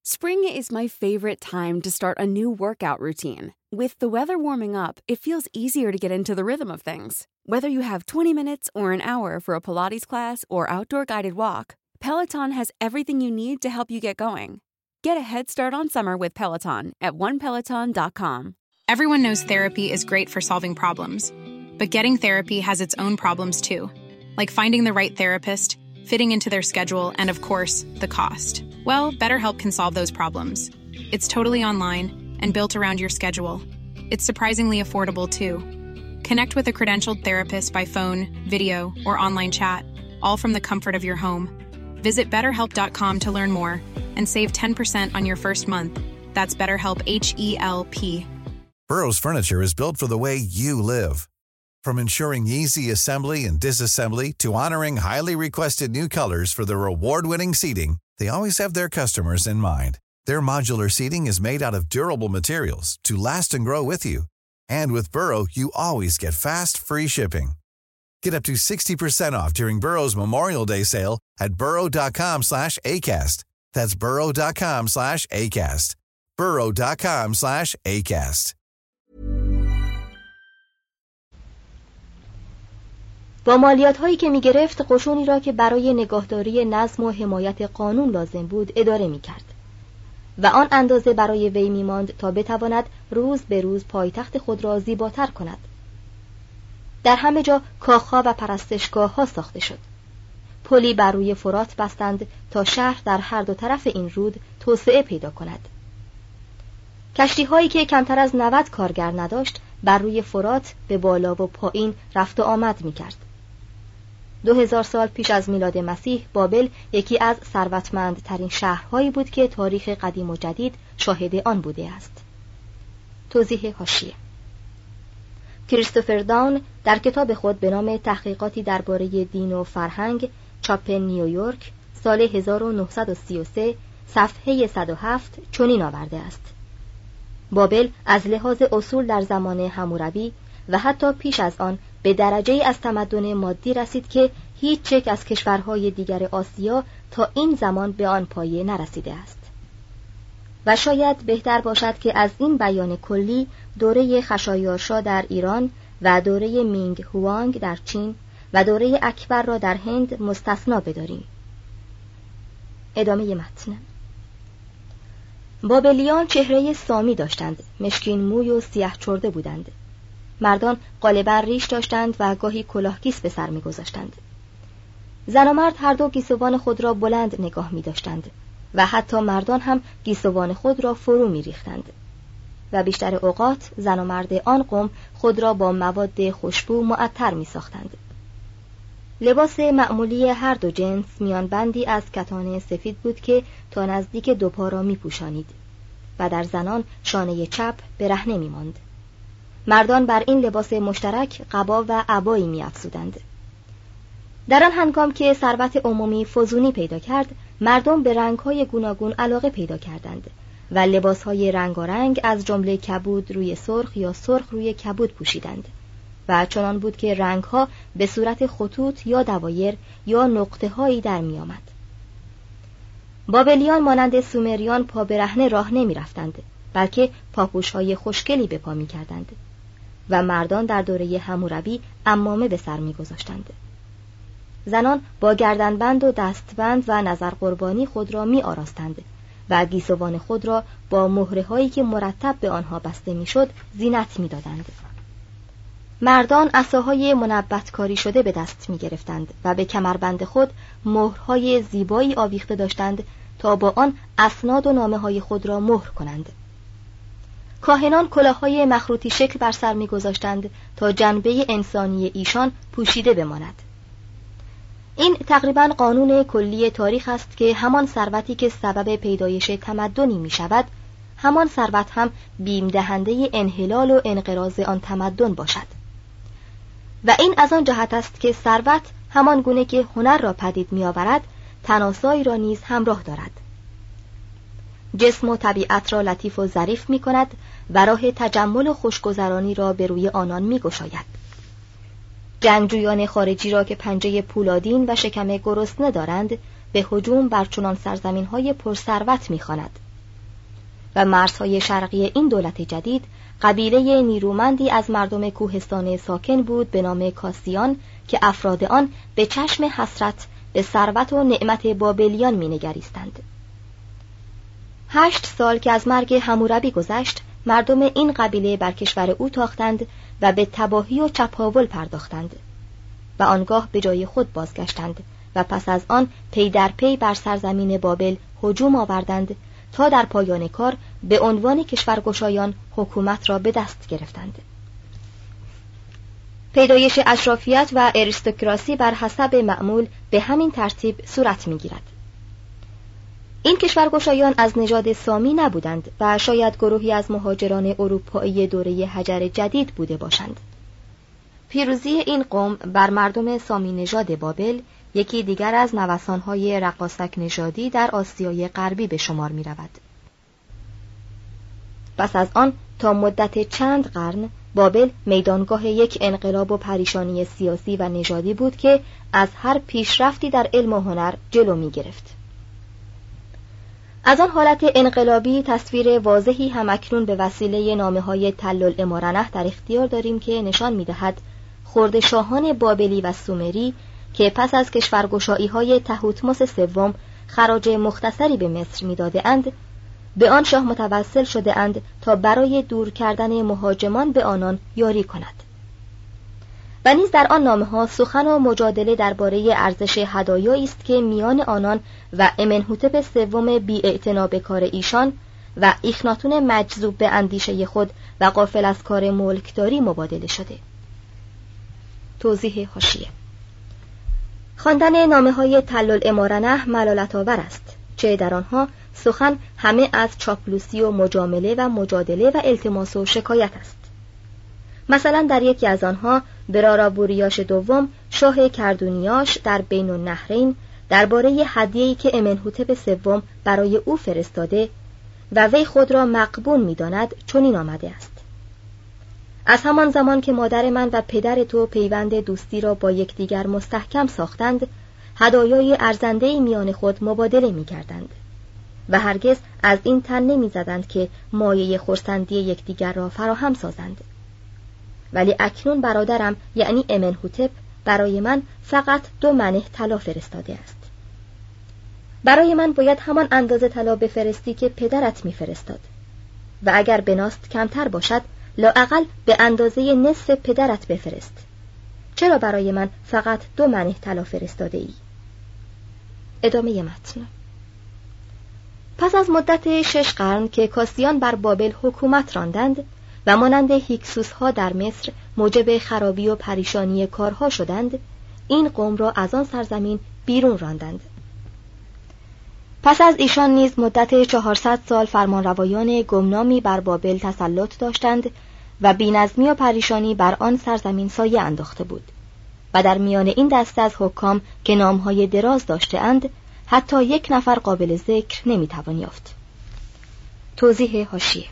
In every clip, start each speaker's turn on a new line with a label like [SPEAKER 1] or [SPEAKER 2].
[SPEAKER 1] Spring is my favorite time to start a new workout routine. With the weather warming up, it feels easier to get into the rhythm of things. Whether you have 20 minutes or an hour for a Pilates class or outdoor guided walk, Peloton has everything you need to help you get going. Get a head start on summer with Peloton at onepeloton.com.
[SPEAKER 2] Everyone knows therapy is great for solving problems, but getting therapy has its own problems too, like finding the right therapist, fitting into their schedule, and of course, the cost. Well, BetterHelp can solve those problems. It's totally online and built around your schedule. It's surprisingly affordable too. Connect with a credentialed therapist by phone, video, or online chat, all from the comfort of your home. Visit BetterHelp.com to learn more and save 10% on your first month. That's BetterHelp, H-E-L-P.
[SPEAKER 3] Burrow's furniture is built for the way you live. From ensuring easy assembly and disassembly to honoring highly requested new colors for their award-winning seating, they always have their customers in mind. Their modular seating is made out of durable materials to last and grow with you. And with Burrow, you always get fast, free shipping. Get up to 60% off during Burrow's Memorial Day sale at burrow.com/ACAST. That's burrow.com/ACAST. burrow.com/ACAST.
[SPEAKER 4] با مالیات هایی که می گرفت قشونی را که برای نگهداری نظم و حمایت قانون لازم بود اداره می کرد و آن اندازه برای وی می ماند تا بتواند روز به روز پایتخت خود را زیباتر کند. در همه جا کاخها و پرستشگاه ها ساخته شد. پلی بر روی فرات بستند تا شهر در هر دو طرف این رود توسعه پیدا کند. کشتی هایی که کمتر از 90 کارگر نداشت بر روی فرات به بالا و پایین رفت و آمد می کرد. 2000 سال پیش از میلاد مسیح بابل یکی از ثروتمندترین شهرهایی بود که تاریخ قدیم و جدید شاهد آن بوده است. توضیح حاشیه: کریستوفر داون در کتاب خود به نام تحقیقاتی درباره دین و فرهنگ چاپ نیویورک سال 1933 صفحه 107 چنین آورده است: بابل از لحاظ اصول در زمان حموربی و حتی پیش از آن به درجه از تمدن مادی رسید که هیچ یک از کشورهای دیگر آسیا تا این زمان به آن پایه نرسیده است. و شاید بهتر باشد که از این بیان کلی دوره خشایارشا در ایران و دوره مینگ هوانگ در چین و دوره اکبر را در هند مستثنا بداریم. ادامه متن. بابلیان چهره سامی داشتند، مشکین موی و سیاه چرده بودند. مردان غالبا ریش داشتند و گاهی کلاهگیس به سر می‌گذاشتند. زن و مرد هر دو گیسوان خود را بلند نگاه می‌داشتند و حتی مردان هم گیسوان خود را فرو می‌ریختند. و بیشتر اوقات زن و مرد آن قوم خود را با مواد خوشبو معطر می‌ساختند. لباس معمولی هر دو جنس میانبندی از کتان سفید بود که تا نزدیک دو پا را می‌پوشانید و در زنان شانه چپ برهنه می‌ماند. مردان بر این لباس مشترک قبا و عبایی می‌افزودند. در آن هنگام که ثروت عمومی فزونی پیدا کرد، مردم به رنگ‌های گوناگون علاقه پیدا کردند و لباس‌های رنگارنگ از جمله کبود روی سرخ یا سرخ روی کبود پوشیدند و چنان بود که رنگ‌ها به صورت خطوط یا دوایر یا نقطه‌هایی در می‌آمد. بابلیان مانند سومریان پا برهنه راه نمی‌رفتند، بلکه پاپوش‌های خوشگلی به پا می‌کردند و مردان در دوره حموربی عمامه به سر می‌گذاشتند. زنان با گردنبند و دستبند و نظر قربانی خود را می‌آراستند و گیسوان خود را با مهره‌هایی که مرتب به آنها بسته می‌شد زینت می‌دادند. مردان عصاهای منبت کاری شده به دست می‌گرفتند و به کمربند خود مهرهای زیبایی آویخته داشتند تا با آن اسناد و نامه‌های خود را مهر کنند. کاهنان کلاه‌های مخروطی شکل بر سر می‌گذاشتند تا جنبه انسانی ایشان پوشیده بماند. این تقریباً قانون کلی تاریخ است که همان ثروتی که سبب پیدایش تمدنی می‌شود، همان ثروت هم بیم دهنده انحلال و انقراض آن تمدن باشد. و این از آن جهت است که ثروت همان گونه که هنر را پدید می‌آورد، تناسایی را نیز همراه دارد. جسم و طبیعت را لطیف و ظریف می‌کند و راه تجمل و خوشگذرانی را به روی آنان می‌گشاید. جنگجویان خارجی را که پنجه پولادین و شکم گرسنه دارند، به هجوم بر چنان سرزمین‌های پرثروت می‌خواند و مرزهای شرقی این دولت جدید قبیله نیرومندی از مردم کوهستان ساکن بود به نام کاسیان که افراد آن به چشم حسرت به ثروت و نعمت بابلیان مینگریستند. 8 سال که از مرگ حموربی گذشت، مردم این قبیله بر کشور او تاختند و به تباهی و چپاول پرداختند و آنگاه به جای خود بازگشتند و پس از آن پی در پی بر سرزمین بابل هجوم آوردند تا در پایان کار به عنوان کشورگشایان حکومت را به دست گرفتند. پیدایش اشرافیت و اریستوکراسی بر حسب معمول به همین ترتیب صورت می‌گیرد. این کشورگشایان از نژاد سامی نبودند و شاید گروهی از مهاجران اروپایی دوره حجر جدید بوده باشند. پیروزی این قوم بر مردم سامی نژاد بابل یکی دیگر از نوسان‌های رقاصک نژادی در آسیای غربی به شمار می‌رود. پس از آن تا مدت چند قرن بابل میدانگاه یک انقلاب و پریشانی سیاسی و نژادی بود که از هر پیشرفتی در علم و هنر جلو می‌گرفت. از آن حالت انقلابی تصویر واضحی هم اکنون به وسیله نامه‌های تل العمارنه در اختیار داریم که نشان می‌دهد خرد شاهان بابلی و سومری که پس از کشورگشایی‌های تحتمس سوم خراج مختصری به مصر می‌داده‌اند، به آن شاه متوسل شده‌اند تا برای دور کردن مهاجمان به آنان یاری کند. و نیز در آن نامه‌ها سخن و مجادله درباره ارزش هدایایی است که میان آنان و امنحوتپ سوم بی‌اعتنا به کار ایشان و اخناتون مجذوب به اندیشه خود و غافل از کار ملکداری مبادله شده. توضیح حاشیه: خواندن نامه‌های تل العمارنه ملالت‌آور است، چه در آنها سخن همه از چاپلوسی و مجامله و مجادله و التماس و شکایت است. مثلا در یکی از آنها برارابوریاش دوم شاه کردونیاش در بین النهرین درباره هدیه‌ای که امنحوتپ سوم برای او فرستاده و وی خود را مغبون می‌داند چنین آمده است: از همان زمان که مادر من و پدر تو پیوند دوستی را با یکدیگر مستحکم ساختند، هدایای ارزنده‌ای میان خود مبادله می‌کردند و هرگز از این تن نمی‌زدند که مایه خرسندی یکدیگر را فراهم سازند. ولی اکنون برادرم یعنی امنحوتپ برای من فقط 2 منه طلا فرستاده است. برای من باید همان اندازه طلا بفرستی که پدرت می‌فرستاد و اگر بناست کمتر باشد لااقل به اندازه نصف پدرت بفرست. چرا برای من فقط 2 منه طلا فرستاده ای؟ ادامه متن. پس از مدت 6 قرن که کاسیان بر بابل حکومت راندند و مانند هیکسوس ها در مصر موجب خرابی و پریشانی کارها شدند، این قوم را از آن سرزمین بیرون راندند. پس از ایشان نیز مدت 400 سال فرمانروایان گمنامی بر بابل تسلط داشتند و بی‌نظمی و پریشانی بر آن سرزمین سایه انداخته بود و در میان این دسته از حکام که نامهای دراز داشته‌اند حتی 1 نفر قابل ذکر نمی‌توان یافت. توضیح حاشیه: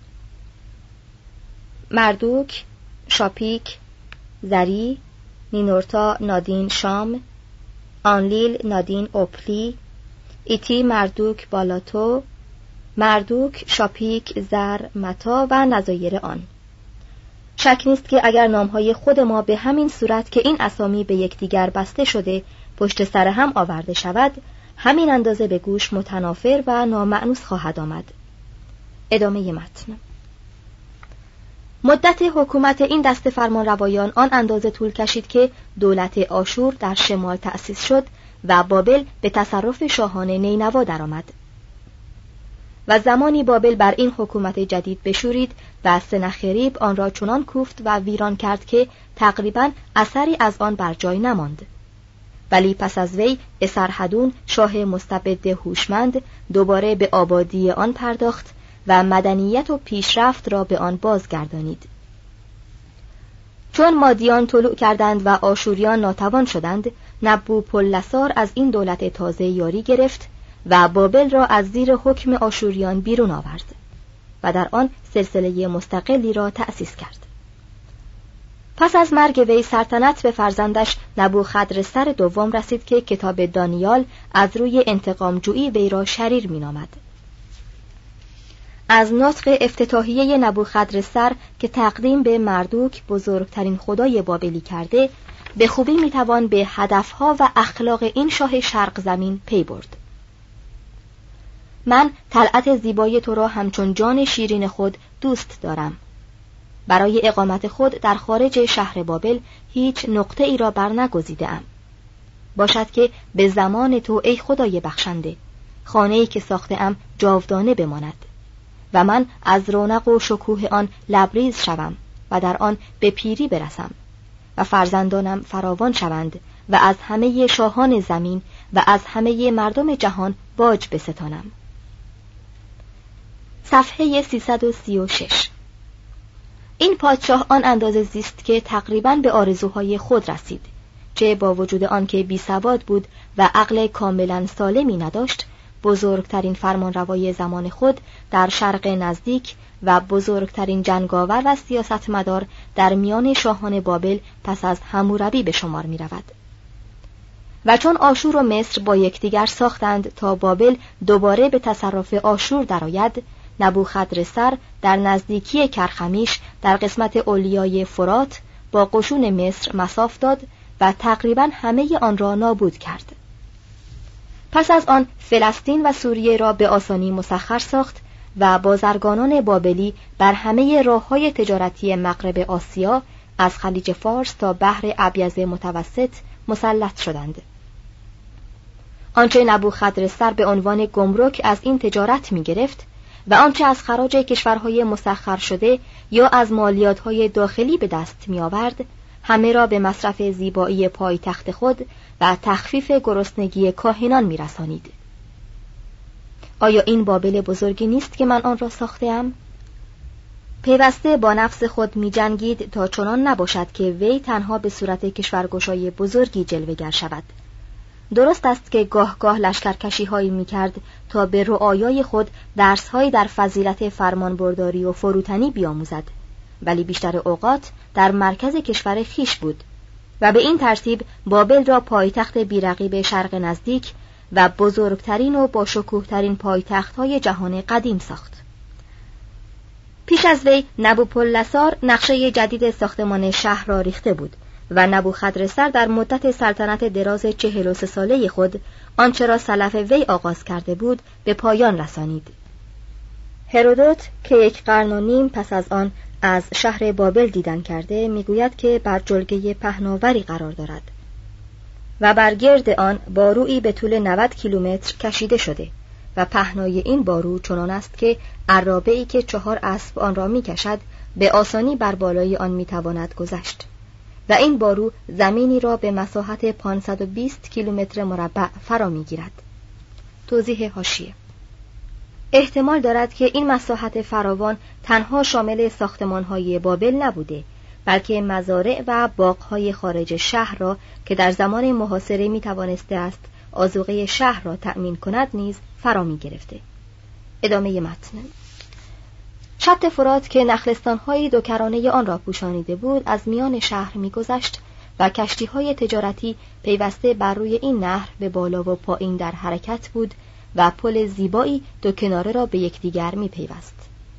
[SPEAKER 4] مردوک، شاپیک، زری، نینورتا نادین شام، آنلیل نادین اوپلی، ایتی مردوک بالاتو، مردوک شاپیک زر متا و نظایر آن. شک نیست که اگر نامهای خود ما به همین صورت که این اسامی به یکدیگر بسته شده پشت سر هم آورده شود، همین اندازه به گوش متنافر و نامأنوس خواهد آمد. ادامه متن. مدت حکومت این دسته فرمانروایان آن اندازه طول کشید که دولت آشور در شمال تأسیس شد و بابل به تصرف شاهان نینوا درآمد. و زمانی بابل بر این حکومت جدید بشورید و سنخریب آن را چنان کوفت و ویران کرد که تقریباً اثری از آن بر جای نماند. ولی پس از وی اسرحدون شاه مستبد هوشمند دوباره به آبادی آن پرداخت و مدنیت و پیشرفت را به آن بازگردانید. چون مادیان طلوع کردند و آشوریان ناتوان شدند، نبوپولسار از این دولت تازه یاری گرفت و بابل را از زیر حکم آشوریان بیرون آورد و در آن سلسله مستقلی را تأسیس کرد. پس از مرگ وی سلطنت به فرزندش نبوخدرسر دوم رسید که کتاب دانیال از روی انتقام جویی وی را شریر می نامد. از نطق افتتاحیه نبوخدرضر که تقدیم به مردوک بزرگترین خدای بابلی کرده، به خوبی میتوان به هدفها و اخلاق این شاه شرق زمین پی برد. من طلعت زیبای تو را همچون جان شیرین خود دوست دارم. برای اقامت خود در خارج شهر بابل هیچ نقطه ای را برنگزیده‌ام. باشد که به زمان تو ای خدای بخشنده، خانه‌ای که ساخته‌ام جاودانه بماند و من از رونق و شکوه آن لبریز شوم و در آن به پیری برسم و فرزندانم فراوان شوند و از همه شاهان زمین و از همه مردم جهان باج بستانم. صفحه 336. این پادشاه آن اندازه زیست که تقریباً به آرزوهای خود رسید، چه با وجود آنکه بی‌سواد بود و عقل کاملاً سالمی نداشت. بزرگترین فرمانروای زمان خود در شرق نزدیک و بزرگترین جنگاور و سیاستمدار در میان شاهان بابل پس از حموربی به شمار می رود. و چون آشور و مصر با یکدیگر ساختند تا بابل دوباره به تصرف آشور درآید، نبوخدرضر در نزدیکی کرخمیش در قسمت علیای فرات با قشون مصر مصاف داد و تقریباً همه آن را نابود کرد. پس از آن فلسطین و سوریه را به آسانی مسخر ساخت و بازرگانان بابلی بر همه راه‌های تجارتی مغرب آسیا از خلیج فارس تا بحر ابیض متوسط مسلط شدند. آنچه نبوخدرضر به عنوان گمرک از این تجارت می‌گرفت و آنچه از خراج کشورهای مسخر شده یا از مالیات‌های داخلی به دست می‌آورد، همه را به مصرف زیبایی پایتخت خود و تخفیف گرسنگی کاهنان می‌رسانید. آیا این بابل بزرگی نیست که من آن را ساخته‌ام؟ پیوسته با نفس خود می‌جنگید تا چنان نباشد که وی تنها به صورت کشورگشای بزرگی جلوه‌گر شود. درست است که گاه گاه لشکرکشی‌هایی می‌کرد تا به رعایای خود درس‌هایی در فضیلت فرمانبرداری و فروتنی بیاموزد، ولی بیشتر اوقات در مرکز کشور خیش بود و به این ترتیب بابل را پایتخت بی‌رقیب شرق نزدیک و بزرگترین و با شکوه‌ترین پایتخت‌های جهان قدیم ساخت. پیش از وی نبوپولسار نقشه جدید ساختمان شهر را ریخته بود و نبوخدرضر در مدت سلطنت دراز 43 ساله خود آنچه را سلف وی آغاز کرده بود به پایان رسانید. هرودوت که 1 قرن و نیم پس از آن از شهر بابل دیدن کرده میگوید که بر جلگه پهناوری قرار دارد و بر گرد آن بارویی به طول 90 کیلومتر کشیده شده و پهنای این بارو چنان است که عرابه‌ای که 4 اسب آن را میکشد به آسانی بر بالای آن میتواند گذشت و این بارو زمینی را به مساحت 520 کیلومتر مربع فرا میگیرد. توضیح حاشیه: احتمال دارد که این مساحت فراوان تنها شامل ساختمان‌های بابل نبوده، بلکه مزارع و باغ‌های خارج شهر را که در زمان محاصره می‌توانسته است آذوقه شهر را تأمین کند نیز فرا می‌گرفته. ادامه متن: شط فرات که نخلستان‌های دوکرانه آن را پوشانیده بود از میان شهر می‌گذشت و کشتی‌های تجارتی پیوسته بر روی این نهر به بالا و پایین در حرکت بود و پل زیبایی دو کناره را به یکدیگر می‌پیوست.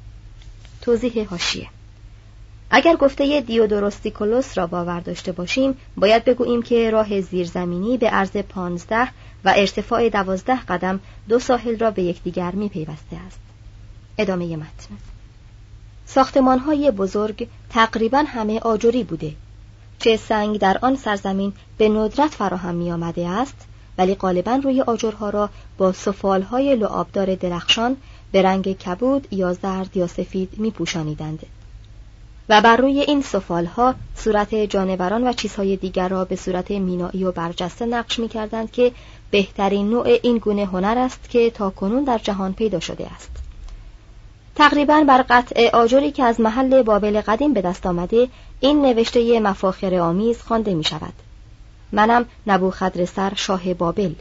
[SPEAKER 4] توضیح حاشیه: اگر گفته دیودوروستیکولوس را باور داشته باشیم، باید بگوییم که راه زیرزمینی به عرض 15 و ارتفاع 12 قدم 2 ساحل را به یکدیگر می‌پیوسته است. ادامه متن: ساختمان‌های بزرگ تقریباً همه آجری بوده. چه سنگ در آن سرزمین به ندرت فراهم می‌آمده است، ولی غالباً روی آجرها را با سفال‌های لعابدار درخشان به رنگ کبود یا زرد یا سفید می‌پوشانیدند و بر روی این سفال‌ها صورت جانوران و چیزهای دیگر را به صورت مینایی و برجسته نقش می‌کردند که بهترین نوع این گونه هنر است که تاکنون در جهان پیدا شده است. تقریباً بر قطع آجری که از محل بابل قدیم به دست آمده این نوشته مفاخر آمیز خوانده می‌شود: منم نبوخدرضر شاه بابل.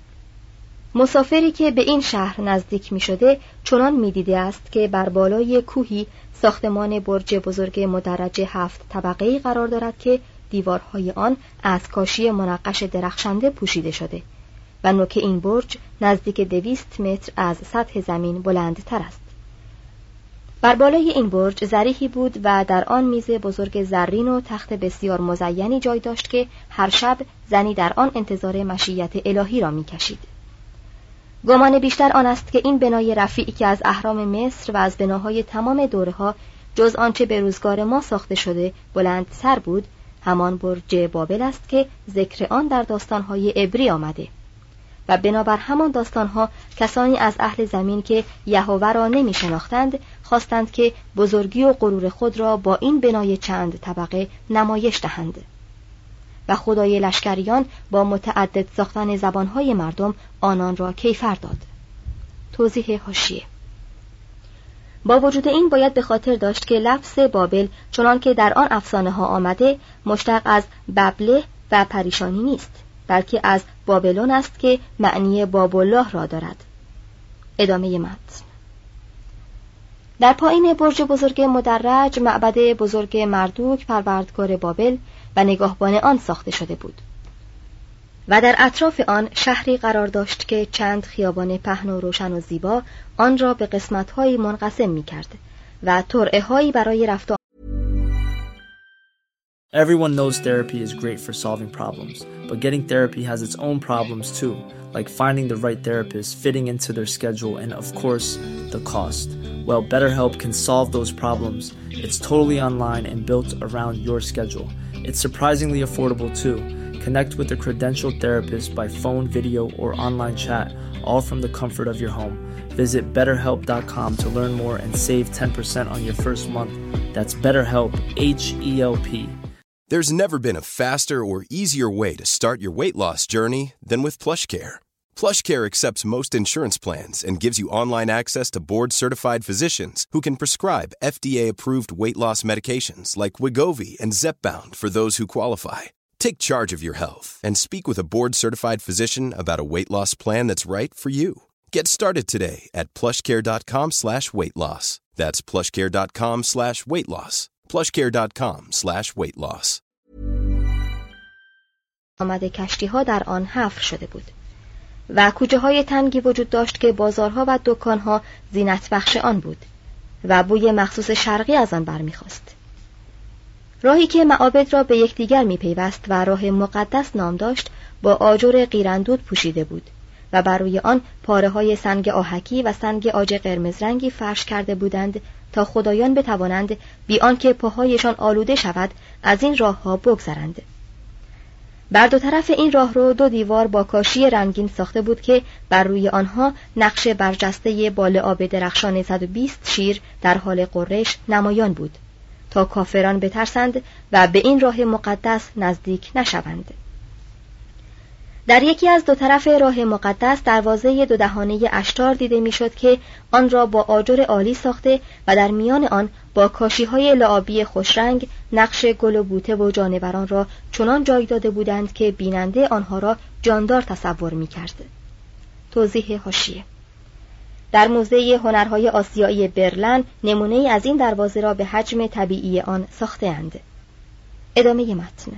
[SPEAKER 4] مسافری که به این شهر نزدیک می شده چنان می دیده است که بر بالای کوهی ساختمان برج بزرگ مدرج 7 طبقه‌ای قرار دارد که دیوارهای آن از کاشی منقش درخشنده پوشیده شده و نوک این برج نزدیک 200 متر از سطح زمین بلندتر است. بر بالای این برج ضریحی بود و در آن میز بزرگ زرین و تخت بسیار مزینی جای داشت که هر شب زنی در آن انتظار مشیت الهی را میکشید. گمان بیشتر آن است که این بنای رفیعی که از اهرام مصر و از بناهای تمام دوره‌ها جز آنچه به روزگار ما ساخته شده بلندتر بود، همان برج بابل است که ذکر آن در داستان‌های عبری آمده و بنابر همان داستان‌ها کسانی از اهل زمین که یهوه را نمی‌شناختند خواستند که بزرگی و غرور خود را با این بنای چند طبقه نمایش دهند و خدای لشکریان با متعدد ساختن زبان‌های مردم آنان را کیفر داد. توضیح حاشیه: با وجود این باید به خاطر داشت که لفظ بابل چنان که در آن افسانه ها آمده مشتق از ببله و پریشانی نیست، بلکه از بابلون است که معنی بابالله را دارد. ادامه متن. در پایین برج بزرگ مدرج معبد بزرگ مردوک پروردگار بابل و نگاهبان آن ساخته شده بود و در اطراف آن شهری قرار داشت که چند خیابان پهن و روشن و زیبا آن را به قسمت‌هایی منقسم می‌کرد و ترعه‌هایی برای رفت و
[SPEAKER 5] Everyone knows therapy is great for solving problems, but getting therapy has its own problems too, like finding the right therapist, fitting into their schedule, and of course, the cost. Well, BetterHelp can solve those problems. It's totally online and built around your schedule. It's surprisingly affordable too. Connect with a credentialed therapist by phone, video, or online chat, all from the comfort of your home. Visit BetterHelp.com to learn more and save 10% on your first month. That's BetterHelp, H-E-L-P.
[SPEAKER 6] There's never been a faster or easier way to start your weight loss journey than with PlushCare. PlushCare accepts most insurance plans and gives you online access to board-certified physicians who can prescribe FDA-approved weight loss medications like Wegovy and Zepbound for those who qualify. Take charge of your health and speak with a board-certified physician about a weight loss plan that's right for you. Get started today at plushcare.com/weightloss. That's plushcare.com/weightloss. plushcare.com/weightloss.
[SPEAKER 4] آمده کشتی‌ها در آن حفر شده بود و کوچه‌های تنگی وجود داشت که بازارها و دکان‌ها زینت بخش آن بود و بوی مخصوص شرقی از آن برمی‌خاست. راهی که معابد را به یکدیگر می‌پیوست و راه مقدس نام داشت با آجر قیراندود پوشیده بود و بر روی آن پاره‌های سنگ آهکی و سنگ عاج قرمز رنگی فرش کرده بودند تا خدایان بتوانند بی آنکه پاهایشان آلوده شود از این راه‌ها بگذرند. بر دو طرف این راه رو 2 دیوار با کاشی رنگین ساخته بود که بر روی آنها نقش برجسته بال آب درخشان 120 شیر در حال غرش نمایان بود تا کافران بترسند و به این راه مقدس نزدیک نشوند. در یکی از 2 طرف راه مقدس دروازه 2 دهانه اشتار دیده میشد که آن را با آجر عالی ساخته و در میان آن با کاشی‌های لعابی خوشرنگ نقش گل و بوته و جانوران را چنان جای داده بودند که بیننده آنها را جاندار تصور می‌کرد. توضیح حاشیه: در موزه هنرهای آسیایی برلن نمونه‌ای از این دروازه را به حجم طبیعی آن ساخته‌اند. ادامه متن.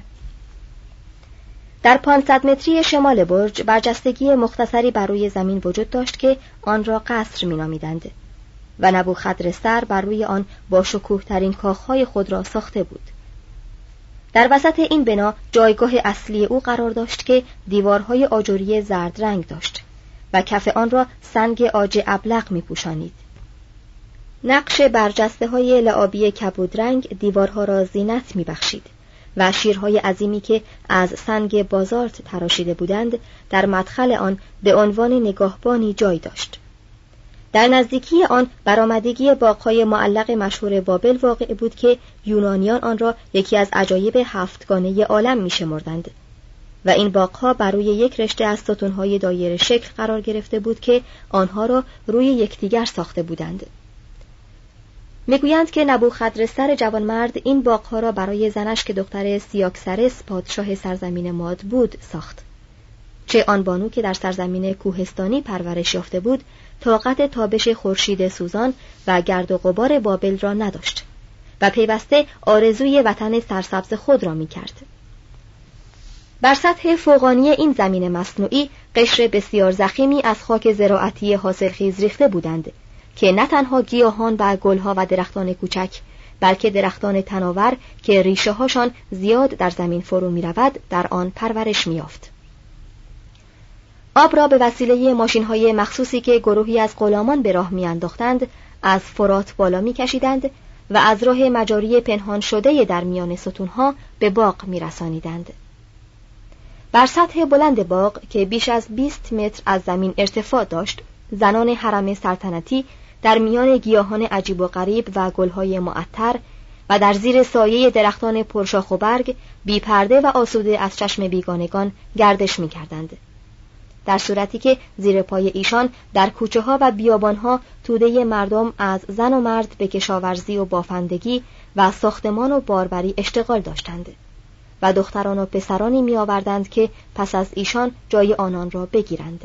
[SPEAKER 4] در 500 متری شمال برج برجستگی مختصری بر روی زمین وجود داشت که آن را قصر می‌نامیدند و نبوخدرستر بر روی آن با شکوه‌ترین کاخهای خود را ساخته بود. در وسط این بنا جایگاه اصلی او قرار داشت که دیوارهای آجری زرد رنگ داشت و کف آن را سنگ عاج ابلق می‌پوشانید. نقش برجسته‌های لعابی کبودرنگ دیوارها را زینت می‌بخشید و شیرهای عظیمی که از سنگ بازارت تراشیده بودند در مدخل آن به عنوان نگاهبانی جای داشت. در نزدیکی آن برآمدگی باغ‌های معلق مشهور بابل واقع بود که یونانیان آن را یکی از عجایب 7گانه عالم می‌شمردند و این باغ‌ها بر روی یک رشته از ستون‌های دایره شکل قرار گرفته بود که آنها را روی یکدیگر ساخته بودند. میگویند که نبوخدرستر جوانمرد این باغ‌ها را برای زنش که دختر سیاکسرس پادشاه سرزمین ماد بود ساخت. چه آن بانو که در سرزمین کوهستانی پرورش یافته بود طاقت تابش خورشید سوزان و گرد و غبار بابل را نداشت و پیوسته آرزوی وطن سرسبز خود را می‌کرد. بر سطح فوقانی این زمین مصنوعی قشر بسیار ضخیمی از خاک زراعتی حاصلخیز ریخته بودند که نه تنها گیاهان و گلها و درختان کوچک، بلکه درختان تناور که ریشه هاشان زیاد در زمین فرو می رود در آن پرورش می یافت. آب را به وسیله ماشین‌های مخصوصی که گروهی از غلامان به راه می‌انداختند از فرات بالا می‌کشیدند و از راه مجاری پنهان شده در میان ستون‌ها به باغ می‌رسانیدند. بر سطح بلند باغ که بیش از 20 متر از زمین ارتفاع داشت، زنان حرم سلطنتی در میان گیاهان عجیب و غریب و گل‌های معطر و در زیر سایه درختان پرشاخ و برگ بی پرده و آسوده از چشم بیگانگان گردش می‌کردند، در صورتی که زیر پای ایشان در کوچه ها و بیابان ها توده مردم از زن و مرد به کشاورزی و بافندگی و ساختمان و باربری اشتغال داشتند و دختران و پسرانی می آوردند که پس از ایشان جای آنان را بگیرند.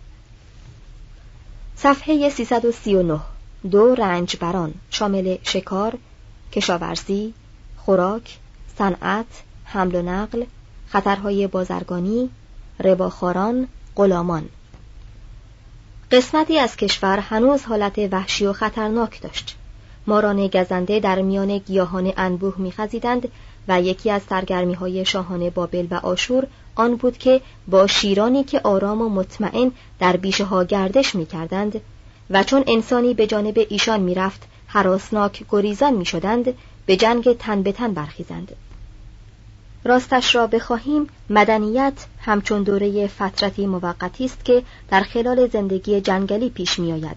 [SPEAKER 4] صفحه 339. دو رنجبران شامل شکار، کشاورزی، خوراک، صنعت، حمل و نقل، خطرهای بازرگانی، رباخواران، غلامان. قسمتی از کشور هنوز حالت وحشی و خطرناک داشت. ماران گزنده در میان گیاهان انبوه می‌خزیدند و یکی از سرگرمی‌های شاهان بابل و آشور آن بود که با شیرانی که آرام و مطمئن در بیشه‌ها گردش می‌کردند و چون انسانی به جانب ایشان می‌رفت هراسناک گریزان می‌شدند، به جنگ تن به تن برخیزند. راستش را بخواهیم، مدنیت همچون دوره فترتی موقتی است که در خلال زندگی جنگلی پیش می آید.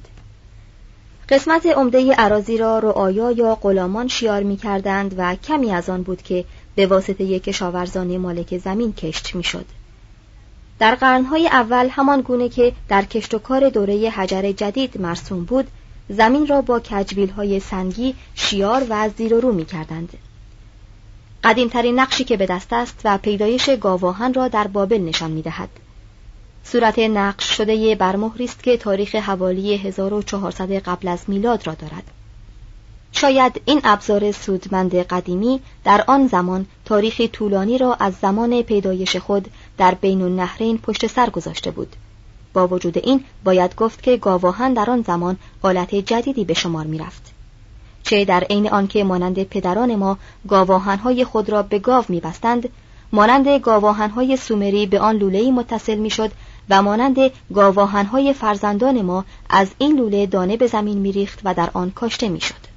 [SPEAKER 4] قسمت عمده اراضی را رعایا یا غلامان شیار می کردند و کمی از آن بود که به واسطه کشاورزان مالک زمین کشت می شد. در قرنهای اول همان گونه که در کشت و کار دوره حجر جدید مرسوم بود، زمین را با کجبیل‌های سنگی شیار و زیر و رو می کردند. قدیمترین نقشی که به دست است و پیدایش گاواهن را در بابل نشان می‌دهد. صورت نقش شده برمهری است که تاریخ حوالی 1400 قبل از میلاد را دارد. شاید این ابزار سودمند قدیمی در آن زمان تاریخی طولانی را از زمان پیدایش خود در بین النهرین پشت سر گذاشته بود. با وجود این باید گفت که گاواهن در آن زمان آلت جدیدی به شمار می‌رفت. چه در عین آنکه مانند پدران ما گاواهن‌های خود را به گاو می‌بستند، مانند گاواهن‌های سومری به آن لوله‌ای متصل می‌شد و مانند گاواهن‌های فرزندان ما از این لوله دانه به زمین می‌ریخت و در آن کاشته می‌شد.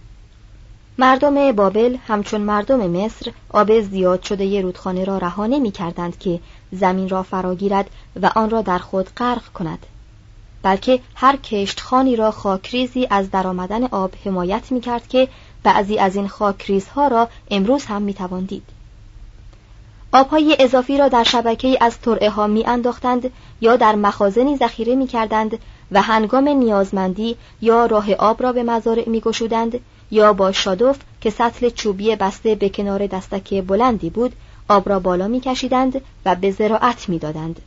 [SPEAKER 4] مردم بابل همچون مردم مصر آب زیاد شده رودخانه را رها نمی‌کردند که زمین را فراگیرد و آن را در خود غرق کند، بلکه هر کشتخانی را خاکریزی از درآمدن آب حمایت می‌کرد که بعضی از این خاکریزها را امروز هم می‌توان دید. آب‌های اضافی را در شبکه‌ای از ترعه‌ها می‌انداختند یا در مخازنی ذخیره می‌کردند و هنگام نیازمندی یا راه آب را به مزارع می‌گشودند یا با شادف که سطل چوبی بسته به کنار دستک بلندی بود آب را بالا می‌کشیدند و به زراعت می‌دادند.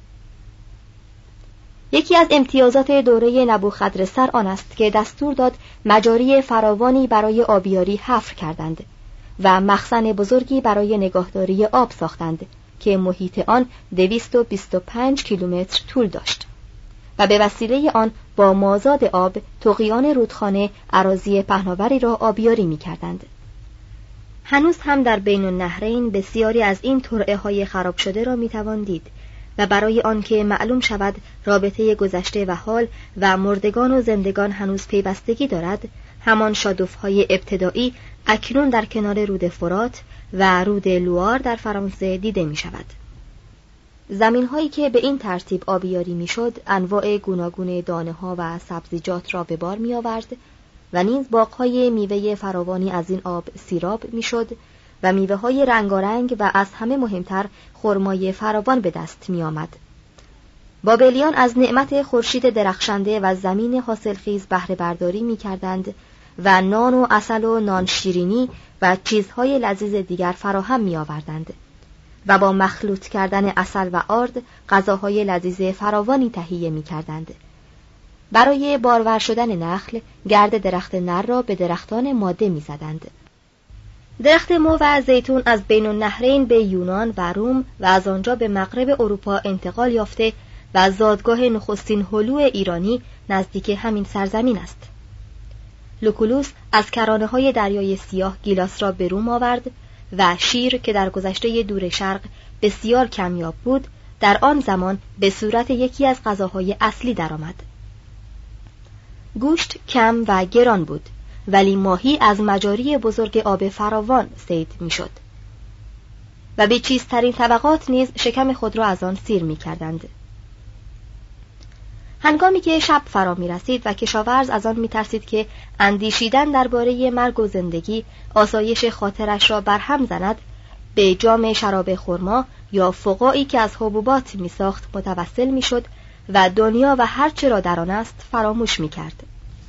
[SPEAKER 4] یکی از امتیازات دوره نبوخدرصر آن است که دستور داد مجاری فراوانی برای آبیاری حفر کردند و مخزن بزرگی برای نگهداری آب ساختند که محیط آن 225 کیلومتر طول داشت و به وسیله آن با مازاد آب طغیان رودخانه اراضی پهناوری را آبیاری می کردند. هنوز هم در بین النهرین بسیاری از این ترعه‌های خراب شده را می توان دید و برای آنکه معلوم شود رابطه گذشته و حال و مردگان و زندگان هنوز پیوستگی دارد، همان شادوف‌های ابتدایی اکنون در کنار رود فرات و رود لوار در فرانسه دیده می شود. زمین‌هایی که به این ترتیب آبیاری می‌شد، انواع گوناگون دانه‌ها و سبزیجات را به بار می‌آورد و نیز باغ‌های میوه فراوانی از این آب سیراب می‌شد و میوه‌های رنگارنگ و از همه مهمتر خرمای فراوان به دست می‌آمد. بابلیان از نعمت خورشید درخشنده و زمین حاصلخیز بهره برداری می‌کردند و نان و عسل و نان شیرینی و چیزهای لذیذ دیگر فراهم می‌آوردند و با مخلوط کردن عسل و آرد غذاهای لذیذ فراوانی تهیه می‌کردند. برای بارور شدن نخل گرد درخت نر را به درختان ماده می‌زدند. درخت مو و زیتون از بین النهرین به یونان و روم و از آنجا به مغرب اروپا انتقال یافته و زادگاه نخستین هلو ایرانی نزدیک همین سرزمین است. لوکولوس از کرانه‌های دریای سیاه گیلاس را به روم آورد و شیر که در گذشته دور شرق بسیار کمیاب بود، در آن زمان به صورت یکی از غذاهای اصلی درآمد. گوشت کم و گران بود، ولی ماهی از مجاری بزرگ آب فراوان صید میشد و بی‌چیزترین طبقات نیز شکم خود را از آن سیر می‌کردند. هنگامی که شب فرا می‌رسید و کشاورز از آن می‌ترسید که اندیشیدن درباره مرگ و زندگی آسایش خاطرش را برهم زند، به جام شراب خرما یا فقاعی که از حبوبات می‌ساخت متوسل می‌شد و دنیا و هر چه را در آن است فراموش می‌کرد.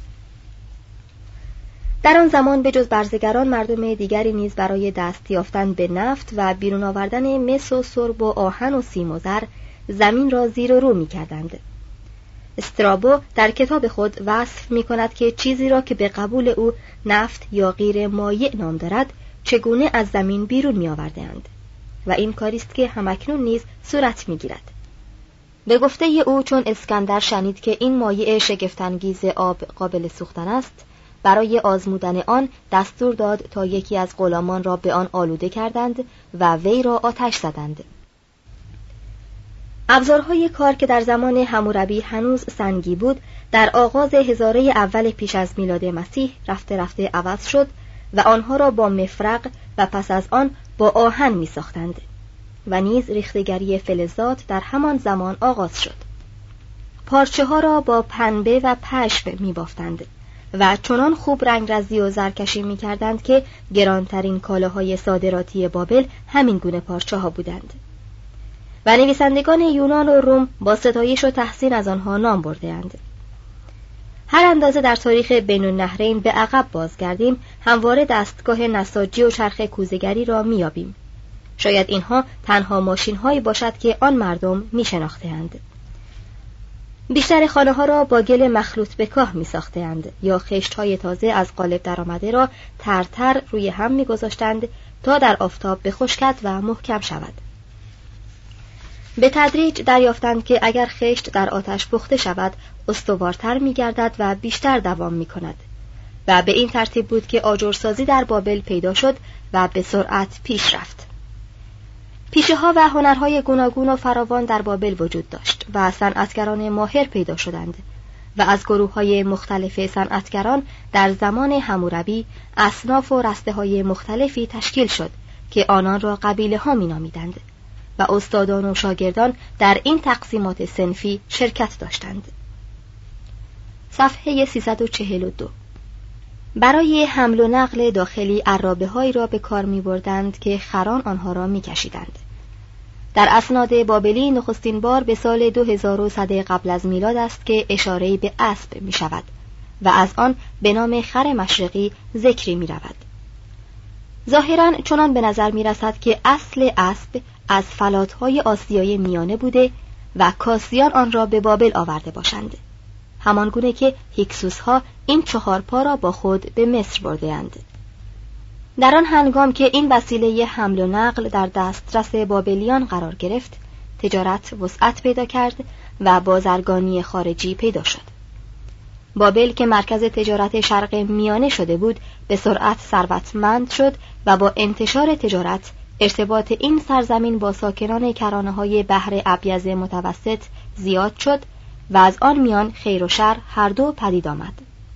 [SPEAKER 4] در آن زمان به جز برزگران مردم دیگری نیز برای دست یافتن به نفت و بیرون آوردن مس و سرب و آهن و سیم و زر زمین را زیر و رو می‌کردند. استرابو در کتاب خود وصف می‌کند که چیزی را که به قبول او نفت یا غیر مایع نام دارد چگونه از زمین بیرون می‌آوردند و این کاری است که همکنون نیز صورت می‌گیرد. به گفته او چون اسکندر شنید که این مایع شگفت‌انگیز آب قابل سوختن است، برای آزمودن آن دستور داد تا یکی از غلامان را به آن آلوده کردند و وی را آتش زدند. ابزارهای کار که در زمان حموربی هنوز سنگی بود، در آغاز هزاره اول پیش از میلاد مسیح رفته رفته عوض شد و آنها را با مفرق و پس از آن با آهن می ساختند و نیز ریختگری فلزات در همان زمان آغاز شد. پارچه ها را با پنبه و پشم می بافتند و چنان خوب رنگرزی و زرکشی می کردند که گرانترین کالاهای صادراتی بابل همین گونه پارچه ها بودند و نویسندگان یونان و روم با ستایش و تحسین از آنها نام برده‌اند. هر اندازه در تاریخ بین النهرین به عقب بازگردیم، همواره دستگاه نساجی و چرخ کوزه‌گری را می‌یابیم. شاید اینها تنها ماشین‌هایی باشد که آن مردم می‌شناخته‌اند. بیشتر خانه‌ها را با گل مخلوط به کاه می‌ساخته‌اند یا خشت‌های تازه از قالب درآمده را ترتر روی هم می‌گذاشتند تا در آفتاب بخشکد و محکم شود. به تدریج دریافتند که اگر خشت در آتش پخته شود استوارتر می‌گردد و بیشتر دوام می‌کند و به این ترتیب بود که آجرسازی در بابل پیدا شد و به سرعت پیش رفت. پیشه‌ها و هنرهای گوناگون و فراوان در بابل وجود داشت و صنعتگران ماهر پیدا شدند و از گروه‌های مختلف صنعتگران در زمان حموربی اصناف و رسته‌های مختلفی تشکیل شد که آنان را قبیله‌ها می‌نامیدند و استادان و شاگردان در این تقسیمات صنفی شرکت داشتند. صفحه 342. برای حمل و نقل داخلی عرابه‌هایی را به کار می‌بردند که خران آنها را می‌کشیدند. در اسناد بابلی نخستین بار به سال 2100 قبل از میلاد است که اشاره‌ای به اسب می‌شود و از آن به نام خر مشرقی ذکری می‌رود. ظاهراً چنان به نظر می‌رسد که اصل اسب از فلات‌های آسیای میانه بوده و کاسیان آن را به بابل آورده باشند، همانگونه که هیکسوس‌ها این 4 پا را با خود به مصر برده‌اند. در آن هنگام که این وسیله حمل و نقل در دسترس بابلیان قرار گرفت، تجارت وسعت پیدا کرد و بازرگانی خارجی پیدا شد. بابل که مرکز تجارت شرق میانه شده بود، به سرعت ثروتمند شد و با انتشار تجارت ارتباط این سرزمین با ساکنان کرانه‌های بحر ابیض متوسط زیاد شد و از آن میان خیر و شر هر دو پدید آمد.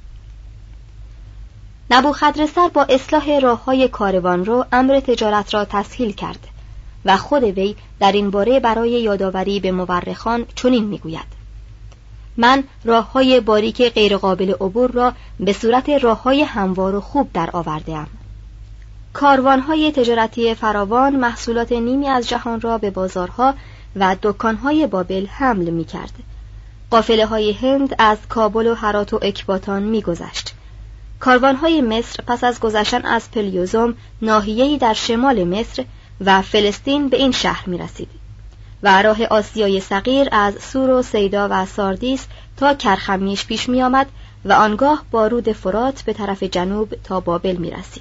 [SPEAKER 4] نبوخدرصر با اصلاح راه‌های کاروانرو امر تجارت را تسهیل کرد و خود وی در این باره برای یادآوری به مورخان چنین می‌گوید: من راه‌های باریک غیرقابل عبور را به صورت راه‌های هموار و خوب در آورده‌ام. کاروان‌های تجارتی فراوان محصولات نیمی از جهان را به بازارها و دکان‌های بابل حمل می‌کرد. قافله‌های هند از کابل و هرات و اکباتان می‌گذشت. کاروان‌های مصر پس از گذشتن از پلیوزوم ناحیه‌ای در شمال مصر و فلسطین به این شهر می‌رسید و راه آسیای صغیر از سور و سیدا و ساردیس تا کرخمیش پیش می‌آمد و آنگاه با رود فرات به طرف جنوب تا بابل می‌رسید.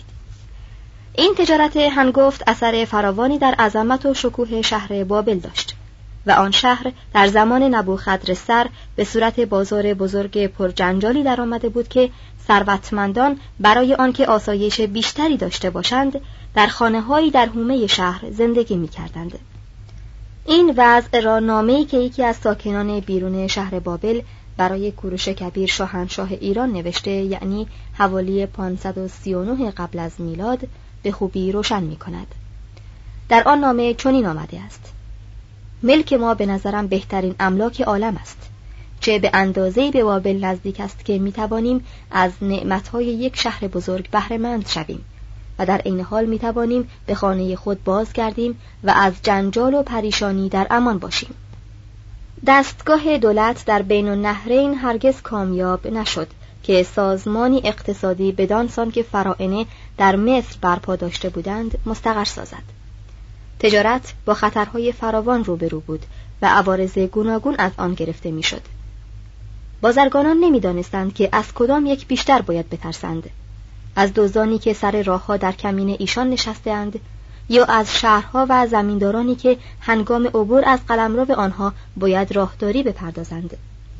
[SPEAKER 4] این تجارت هنگفت اثر فراوانی در عظمت و شکوه شهر بابل داشت و آن شهر در زمان نبوخدرضر به صورت بازار بزرگ پرجنجالی در آمده بود که ثروتمندان برای آنکه آسایش بیشتری داشته باشند در خانه‌هایی در حومه شهر زندگی می‌کردند. این وضع را نامه‌ای که یکی از ساکنان بیرون شهر بابل برای کوروش کبیر شاهنشاه ایران نوشته، یعنی حوالی 539 قبل از میلاد، به خوبی روشن می‌کند. در آن نامه چنین آمده است: ملک ما به نظرم بهترین املاک عالم است، چه به اندازه‌ای به بابل نزدیک است که می‌توانیم از نعمت‌های یک شهر بزرگ بهره‌مند شویم و در عین حال می‌توانیم به خانه خود بازگردیم و از جنجال و پریشانی در امان باشیم. دستگاه دولت در بین النهرین هرگز کامیاب نشد که سازمانی اقتصادی بدانسان که فراعنه در مصر برپا داشته بودند مستقر سازد. تجارت با خطرهای فراوان روبرو بود و عوارض گوناگون از آن گرفته میشد. بازرگانان نمیدانستند که از کدام یک بیشتر باید بترسند: از دزدانی که سر راهها در کمین ایشان نشسته‌اند، یا از شهرها و زمیندارانی که هنگام عبور از قلمرو آنها باید راهداری بپردازند.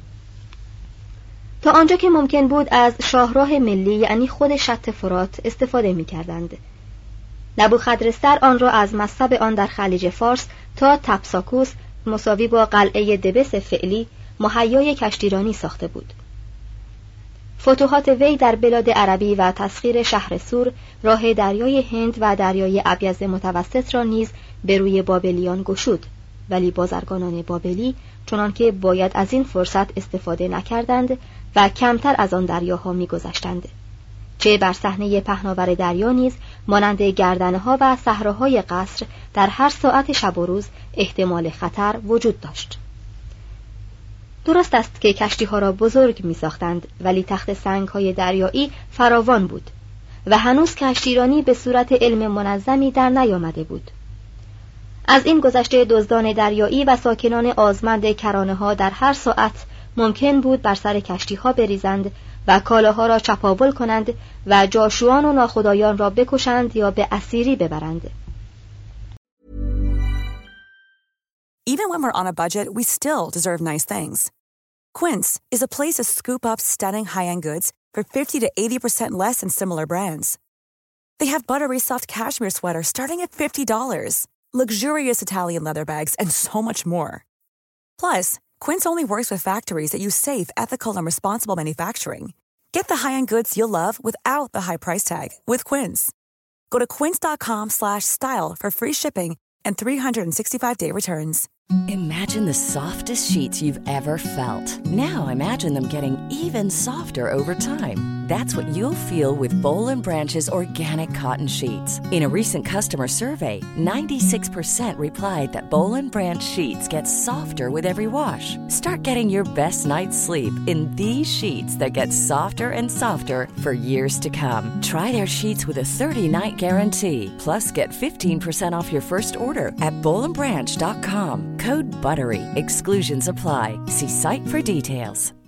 [SPEAKER 4] تا آنجا که ممکن بود از شاهراه ملی، یعنی خود شط فرات، استفاده می‌کردند. نبوخدرضر آن را از مصب آن در خلیج فارس تا تپساکوس مساوی با قلعه دبس فعلی مهیای کشتیرانی ساخته بود. فتوحات وی در بلاد عربی و تسخیر شهر سور راه دریای هند و دریای ابیض متوسط را نیز به روی بابلیان گشود، ولی بازرگانان بابلی چنانکه باید از این فرصت استفاده نکردند و کمتر از آن دریاها می‌گذشتند. چه بر صحنه پهناور دریا نیز مانند گردنه‌ها و صحراهای قصر در هر ساعت شب و روز احتمال خطر وجود داشت. درست است که کشتی‌ها را بزرگ می‌ساختند، ولی تخت سنگ‌های دریایی فراوان بود و هنوز کشتیرانی به صورت علم منظمی در نیامده بود. از این گذشته دزدان دریایی و ساکنان آزمند کرانه‌ها در هر ساعت ممکن بود بر سر کشتی‌ها بریزند و کالاها را چپاول کنند و جاشوان و ناخدایان را بکشند یا به اسیری ببرند.
[SPEAKER 7] Even when we're on a budget, we still deserve nice things. Quince is a place to scoop up stunning high-end goods for 50 to 80% less than similar brands. They have buttery soft cashmere sweaters starting at $50, luxurious Italian leather bags, and so much more. Plus, Quince only works with factories that use safe, ethical, and responsible manufacturing. Get the high-end goods you'll love without the high price tag with Quince. Go to quince.com/style for free shipping and 365-day returns.
[SPEAKER 8] Imagine the softest sheets you've ever felt. Now imagine them getting even softer over time. That's what you'll feel with Boll & Branch's organic cotton sheets. In a recent customer survey, 96% replied that Boll & Branch sheets get softer with every wash. Start getting your best night's sleep in these sheets that get softer and softer for years to come. Try their sheets with a 30-night guarantee. Plus, get 15% off your first order at bollandbranch.com. Code BUTTERY. Exclusions apply. See site for details.